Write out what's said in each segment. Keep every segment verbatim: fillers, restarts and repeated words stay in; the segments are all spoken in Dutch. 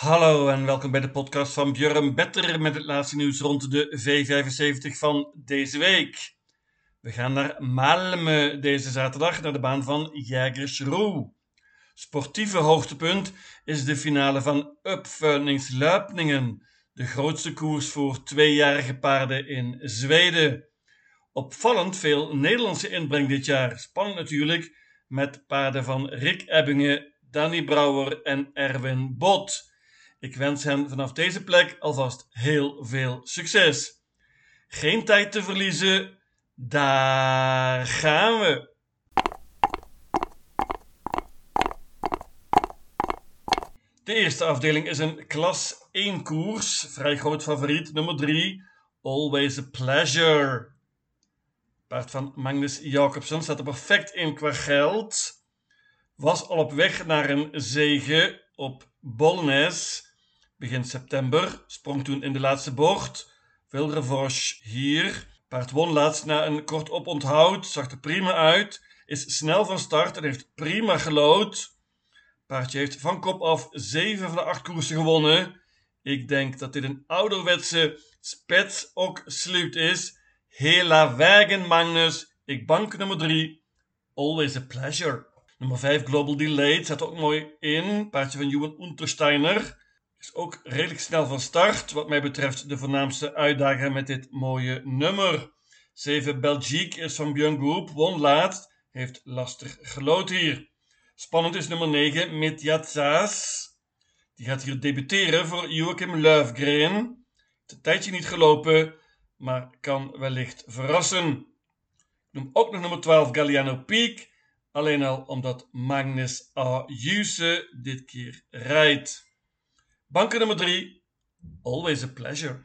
Hallo en welkom bij de podcast van Björn Better met het laatste nieuws rond de V vijfenzeventig van deze week. We gaan naar Malmö deze zaterdag, naar de baan van Jägersro. Sportieve hoogtepunt is de finale van Uppföljningslöpningen, de grootste koers voor tweejarige paarden in Zweden. Opvallend veel Nederlandse inbreng dit jaar. Spannend natuurlijk, met paarden van Rick Ebbingen, Danny Brouwer en Erwin Bot. Ik wens hen vanaf deze plek alvast heel veel succes. Geen tijd te verliezen, daar gaan we! De eerste afdeling is een klas één koers, vrij groot favoriet, nummer drie, Always a Pleasure. Paard van Magnus Jacobsen staat er perfect in qua geld. Was al op weg naar een zege op Bollnäs begin september. Sprong toen in de laatste bocht. Veel revanche hier. Paard won laatst na een kort oponthoud. Zag er prima uit. Is snel van start en heeft prima gelood. Paardje heeft van kop af zeven van de acht koersen gewonnen. Ik denk dat dit een ouderwetse spets ook sluit is. Hela vägen Magnus. Ik bank nummer drie. Always a Pleasure. Nummer vijf Global Delayed staat ook mooi in. Paardje van Johan Untersteiner. Is ook redelijk snel van start. Wat mij betreft de voornaamste uitdager met dit mooie nummer. zeven Belgique is van Björn Goop. Won laatst. Heeft lastig gelood hier. Spannend is nummer negen Mitjazas. Die gaat hier debuteren voor Joachim Löfgren. Heeft een tijdje niet gelopen, maar kan wellicht verrassen. Ik noem ook nog nummer twaalf Galliano Peak. Alleen al omdat Magnus Ayuse dit keer rijdt. Banken nummer drie. Always a Pleasure.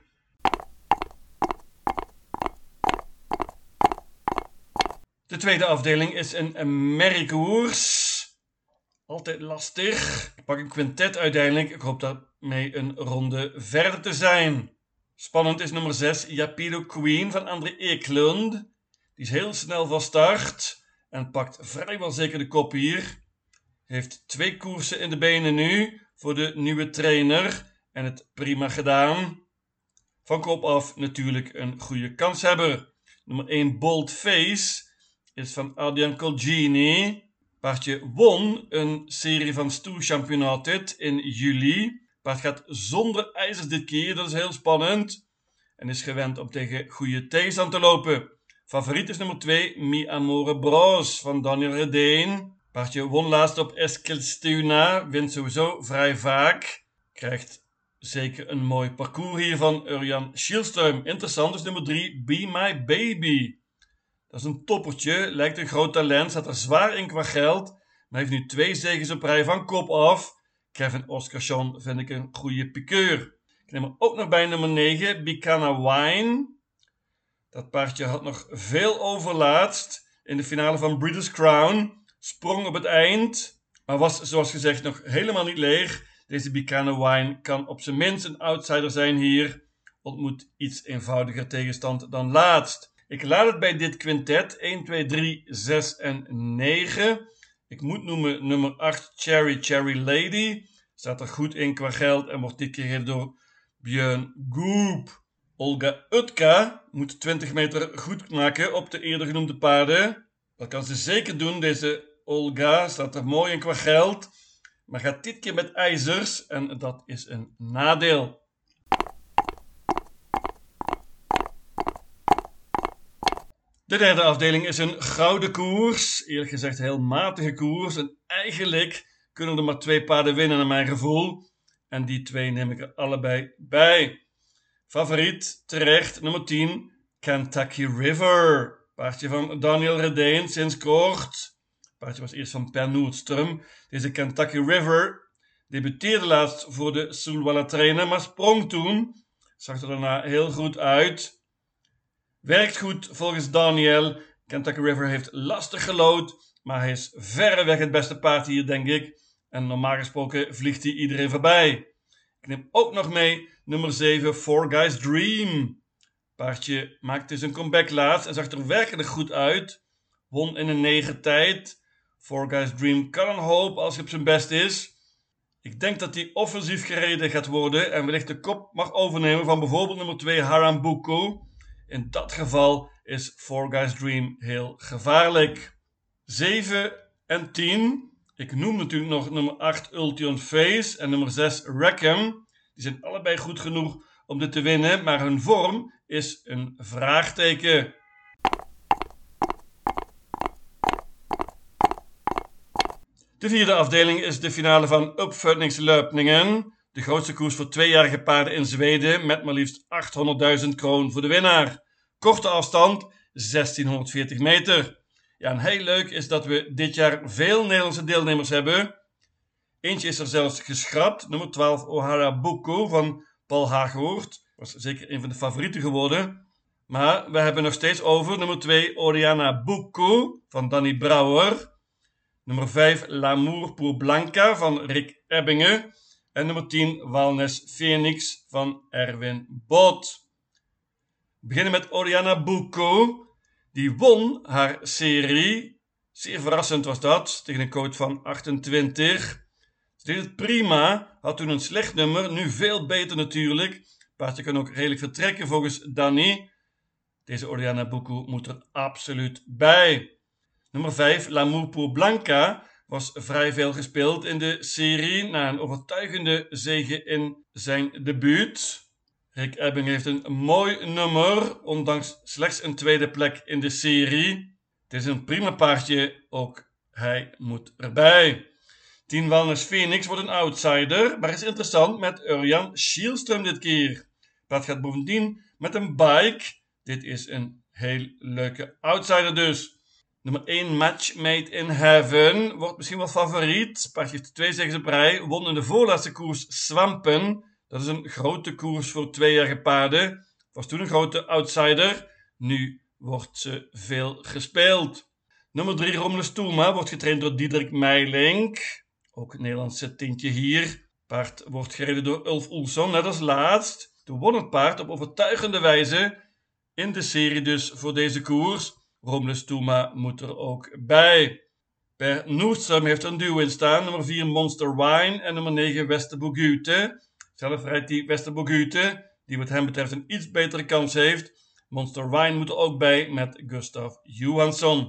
De tweede afdeling is een merriekoers. Altijd lastig. Ik pak een quintet uiteindelijk. Ik hoop daarmee een ronde verder te zijn. Spannend is nummer zes Japido Queen van André Eklund. Die is heel snel van start en pakt vrijwel zeker de kop hier. Heeft twee koersen in de benen nu voor de nieuwe trainer en het prima gedaan. Van kop af natuurlijk een goede kanshebber. Nummer één Bold Face is van Adrian Colgini. Paardje won een serie van Stoe Championatet in juli. Paard gaat zonder ijzers dit keer, dat is heel spannend. En is gewend om tegen goede tegenstand te lopen. Favoriet is nummer twee, Mi Amore Bros van Daniel Redeen. Paardje won laatst op Eskilstuna, wint sowieso vrij vaak. Krijgt zeker een mooi parcours hier van Örjan Kihlström. Interessant is nummer drie, Be My Baby. Dat is een toppertje, lijkt een groot talent, staat er zwaar in qua geld, maar heeft nu twee zegens op rij van kop af. Kevin Oskarsson vind ik een goede piqueur. Ik neem er ook nog bij nummer negen, Bicana Wine. Dat paardje had nog veel overlaatst in de finale van Breeders' Crown. Sprong op het eind, maar was zoals gezegd nog helemaal niet leeg. Deze Bicana Wine kan op zijn minst een outsider zijn hier. Ontmoet iets eenvoudiger tegenstand dan laatst. Ik laat het bij dit quintet een, twee, drie, zes en negen. Ik moet noemen nummer acht Cherry Cherry Lady. Staat er goed in qua geld en wordt dit keer gereden door Björn Goop. Olga Utka moet twintig meter goed maken op de eerder genoemde paarden. Dat kan ze zeker doen. Deze Olga staat er mooi in qua geld. Maar gaat dit keer met ijzers en dat is een nadeel. De derde afdeling is een gouden koers. Eerlijk gezegd heel matige koers. En eigenlijk kunnen er maar twee paarden winnen naar mijn gevoel. En die twee neem ik er allebei bij. Favoriet, terecht, nummer tien, Kentucky River. Paardje van Daniel Redeen, sinds kort. Paardje was eerst van Per Nordström. Deze Kentucky River debuteerde laatst voor de Solwalla trainer, maar sprong toen. Zag er daarna heel goed uit. Werkt goed volgens Daniel. Kentucky River heeft lastig gelood, maar hij is verreweg het beste paard hier, denk ik. En normaal gesproken vliegt hij iedereen voorbij. Ik neem ook nog mee nummer zeven, Four Guys Dream. Paardje maakte zijn comeback laatst en zag er werkelijk goed uit. Won in een negen tijd. Four Guys Dream kan een hoop als hij op zijn best is. Ik denk dat die offensief gereden gaat worden en wellicht de kop mag overnemen van bijvoorbeeld nummer twee Harambuku. In dat geval is Four Guys Dream heel gevaarlijk. zeven en tien. Ik noem natuurlijk nog nummer acht Ultion Face en nummer zes Rackham. Die zijn allebei goed genoeg om dit te winnen, maar hun vorm is een vraagteken. De vierde afdeling is de finale van Uppfödningslöpningen, de grootste koers voor tweejarige paarden in Zweden met maar liefst achthonderdduizend kroon voor de winnaar. Korte afstand zestienhonderdveertig meter. Ja, en heel leuk is dat we dit jaar veel Nederlandse deelnemers hebben. Eentje is er zelfs geschrapt, nummer twaalf Harambuku van Paul Haaghoort. Was zeker een van de favorieten geworden. Maar we hebben nog steeds over nummer twee Oriana Buku van Danny Brouwer. Nummer vijf L'amour pour Blanca van Rick Ebbingen. En nummer tien Walnes Phoenix van Erwin Bot. We beginnen met Oriana Buku. Die won haar serie. Zeer verrassend was dat. Tegen een coach van achtentwintig. Ze deed het prima. Had toen een slecht nummer. Nu veel beter natuurlijk. Paardje kan ook redelijk vertrekken volgens Danny. Deze Oriana Buku moet er absoluut bij. Nummer vijf, L'amour pour Blanca, was vrij veel gespeeld in de serie na een overtuigende zege in zijn debuut. Rick Ebbing heeft een mooi nummer, ondanks slechts een tweede plek in de serie. Het is een prima paardje, ook hij moet erbij. tien Walnes Phoenix wordt een outsider, maar is interessant met Örjan Kihlström dit keer. Het paard gaat bovendien met een bike. Dit is een heel leuke outsider dus. Nummer één Match Made in Heaven wordt misschien wel favoriet. Paardje heeft twee zegens op rij. Won in de voorlaatste koers Swampen. Dat is een grote koers voor tweejarige paarden. Was toen een grote outsider. Nu wordt ze veel gespeeld. Nummer drie Romulus Touma wordt getraind door Diederik Meilink. Ook een Nederlandse tintje hier. Paard wordt gereden door Ulf Oelsson, net als laatst. Toen won het paard op overtuigende wijze in de serie dus voor deze koers. Romulus Touma moet er ook bij. Per Nordström heeft er een duo in staan. Nummer vier Monster Wine en nummer negen Westerbogute. Zelf rijdt die Westerbogute, die wat hem betreft een iets betere kans heeft. Monster Wine moet er ook bij met Gustav Johansson.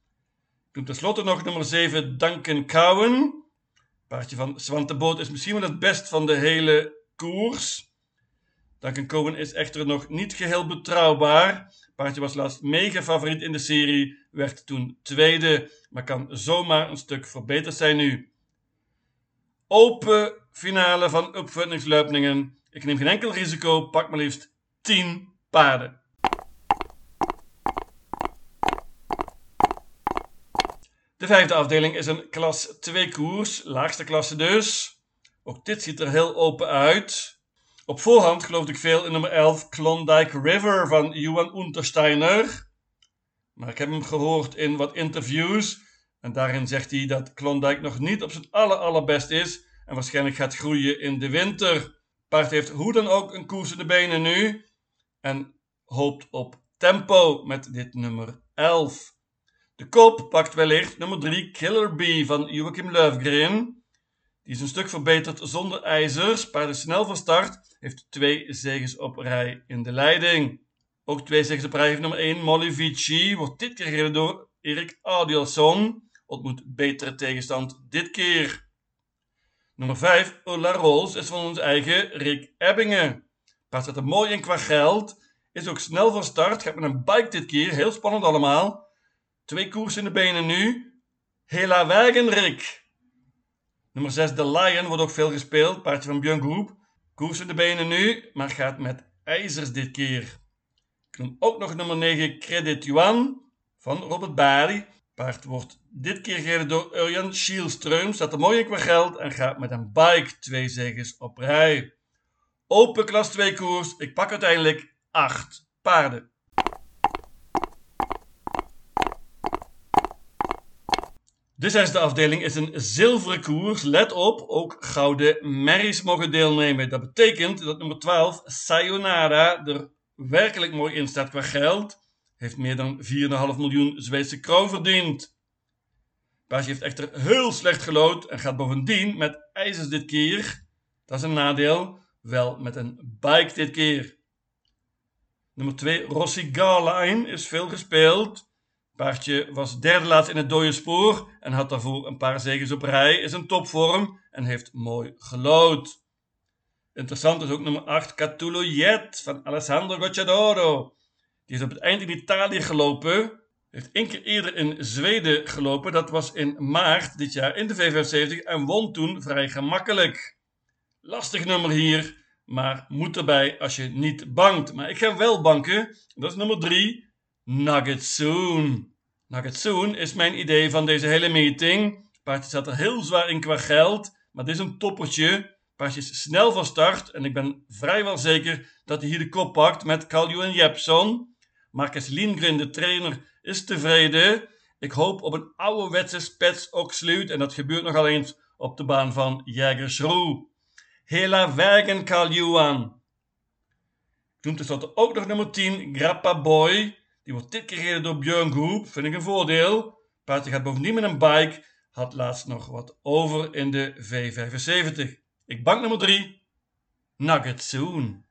Ik noem tenslotte nog nummer zeven Duncan Cowan. Paardje van Svante Boot is misschien wel het best van de hele koers. Duncan Cowan is echter nog niet geheel betrouwbaar. Paardje was laatst mega favoriet in de serie, werd toen tweede, maar kan zomaar een stuk verbeterd zijn nu. Open finale van Uppfödningslöpningen. Ik neem geen enkel risico, pak maar liefst tien paarden. De vijfde afdeling is een klas twee koers, laagste klasse dus. Ook dit ziet er heel open uit. Op voorhand geloofde ik veel in nummer elf Klondike River van Johan Untersteiner. Maar ik heb hem gehoord in wat interviews. En daarin zegt hij dat Klondike nog niet op zijn aller allerbest is. En waarschijnlijk gaat groeien in de winter. Paard heeft hoe dan ook een koers in de benen nu. En hoopt op tempo met dit nummer elf. De kop pakt wellicht nummer drie Killer Bee van Joachim Löfgren. Die is een stuk verbeterd zonder ijzers. Paard is snel van start. Heeft twee zegens op rij in de leiding. Ook twee zegens op rij heeft nummer één Molly Vici. Wordt dit keer gereden door Erik Adielsson. Ontmoet betere tegenstand dit keer. Nummer vijf Ulla Rolls is van ons eigen Rick Ebbingen. Paard staat er mooi in qua geld. Is ook snel van start. Gaat met een bike dit keer. Heel spannend allemaal. Twee koers in de benen nu. Hela Wagen Rick. Nummer zes The Lion wordt ook veel gespeeld. Paardje van Björn Groep. Koers in de benen nu, maar gaat met ijzers dit keer. Ik noem ook nog nummer negen Credit Yuan van Robert Bari. Paard wordt dit keer gereden door Örjan Kihlström. Staat er mooi in qua geld en gaat met een bike twee zegens op rij. Open klas twee koers. Ik pak uiteindelijk acht paarden. De zesde afdeling is een zilveren koers. Let op, ook gouden merries mogen deelnemen. Dat betekent dat nummer twaalf, Sayonara, er werkelijk mooi in staat qua geld. Heeft meer dan vier komma vijf miljoen Zweedse kroon verdiend. Paardje heeft echter heel slecht gelood en gaat bovendien met ijzers dit keer. Dat is een nadeel. Wel met een bike dit keer. Nummer twee, Rossi Garline is veel gespeeld. Paardje was derde laatst in het dode spoor en had daarvoor een paar zegens op rij. Is in topvorm en heeft mooi gelood. Interessant is ook nummer acht, Catulo Jet van Alessandro Gocciadoro. Die is op het eind in Italië gelopen. Heeft één keer eerder in Zweden gelopen. Dat was in maart dit jaar in de V vijfenzeventig en won toen vrij gemakkelijk. Lastig nummer hier, maar moet erbij als je niet bankt. Maar ik ga wel banken. Dat is nummer drie, Nugget Soon. Nugget Soon is mijn idee van deze hele meeting. Paardje staat er heel zwaar in qua geld, maar dit is een toppertje. Paardje is snel van start en ik ben vrijwel zeker dat hij hier de kop pakt met Carl-Johan Jeppson. Marcus Lindgren, de trainer, is tevreden. Ik hoop op een ouderwetse spets Oxluit en dat gebeurt nogal eens op de baan van Jägersro. Hela Wagen Carl-Johan. Ik noem tenslotte ook nog nummer tien, Grappa Boy. Die wordt dit keer gereden door Björn Groep, vind ik een voordeel. Paardje gaat bovendien met een bike, had laatst nog wat over in de V vijfenzeventig. Ik bank nummer drie, Nugget Soon.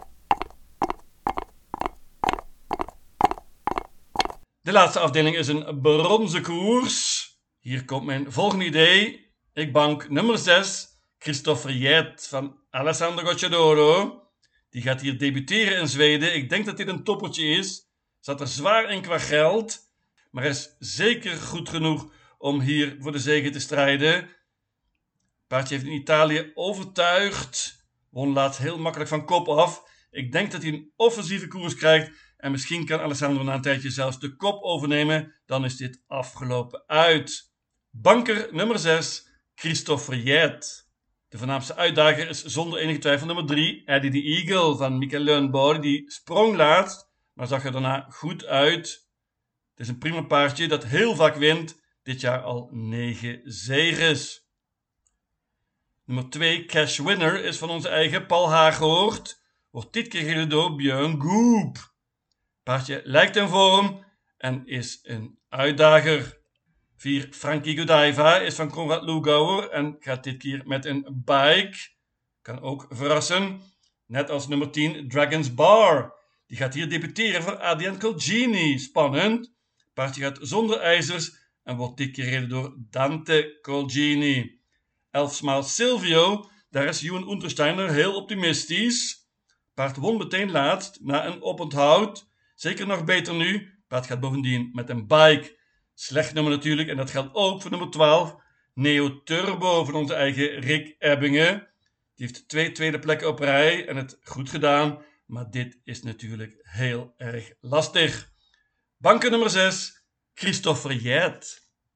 De laatste afdeling is een bronzen koers. Hier komt mijn volgende idee. Ik bank nummer zes, Christopher Jet van Alessandro Gocciadoro. Die gaat hier debuteren in Zweden. Ik denk dat dit een toppertje is. Zat er zwaar in qua geld. Maar is zeker goed genoeg om hier voor de zege te strijden. Paardje heeft in Italië overtuigd. Won laatst heel makkelijk van kop af. Ik denk dat hij een offensieve koers krijgt. En misschien kan Alessandro na een tijdje zelfs de kop overnemen. Dan is dit afgelopen uit. Banker nummer zes, Christopher Jet. De voornaamste uitdager is zonder enige twijfel nummer drie, Eddie the Eagle van Mikael Lönborg. Die sprong laatst, maar zag er daarna goed uit. Het is een prima paardje dat heel vaak wint. Dit jaar al negen zeges. Nummer twee, Cash Winner, is van onze eigen Paul Haaghoort. Wordt dit keer gereden door Björn Goop. Paardje lijkt in vorm en is een uitdager. vier, Frankie Godiva is van Konrad Lugauer en gaat dit keer met een bike. Kan ook verrassen. Net als nummer tien, Dragon's Bar. Die gaat hier debuteren voor Adrian Colgini. Spannend. Paardje gaat zonder ijzers en wordt dit keer gereden door Dante Colgini. elf, Smile Silvio. Daar is Johan Untersteiner heel optimistisch. Paard won meteen laatst na een oponthoud. Zeker nog beter nu. Paard gaat bovendien met een bike. Slecht nummer natuurlijk en dat geldt ook voor nummer twaalf. Neo Turbo van onze eigen Rick Ebbingen. Die heeft twee tweede plekken op rij en het goed gedaan. Maar dit is natuurlijk heel erg lastig. Banker nummer zes. Christopher Jet.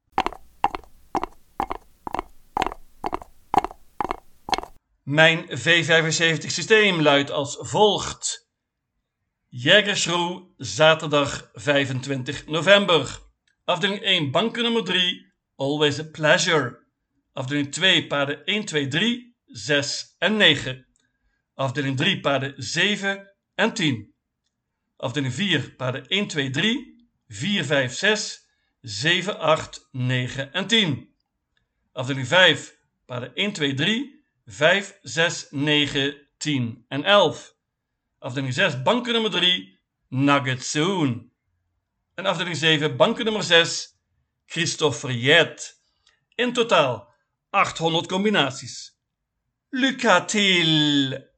Mijn V vijfenzeventig systeem luidt als volgt. Jägersro, zaterdag vijfentwintig november. Afdeling één, banken nummer drie, Always a Pleasure. Afdeling twee, paarden een, twee, drie, zes en negen. Afdeling drie, paarden zeven en tien. Afdeling vier, paarden een, twee, drie, vier, vijf, zes, zeven, acht, negen en tien. Afdeling vijf, paarden een, twee, drie, vijf, zes, negen, tien en elf. Afdeling zes, banken nummer drie, Nugget Soon. En afdeling zeven, banken nummer zes, Christopher Jet. In totaal achthonderd combinaties. Lucatil!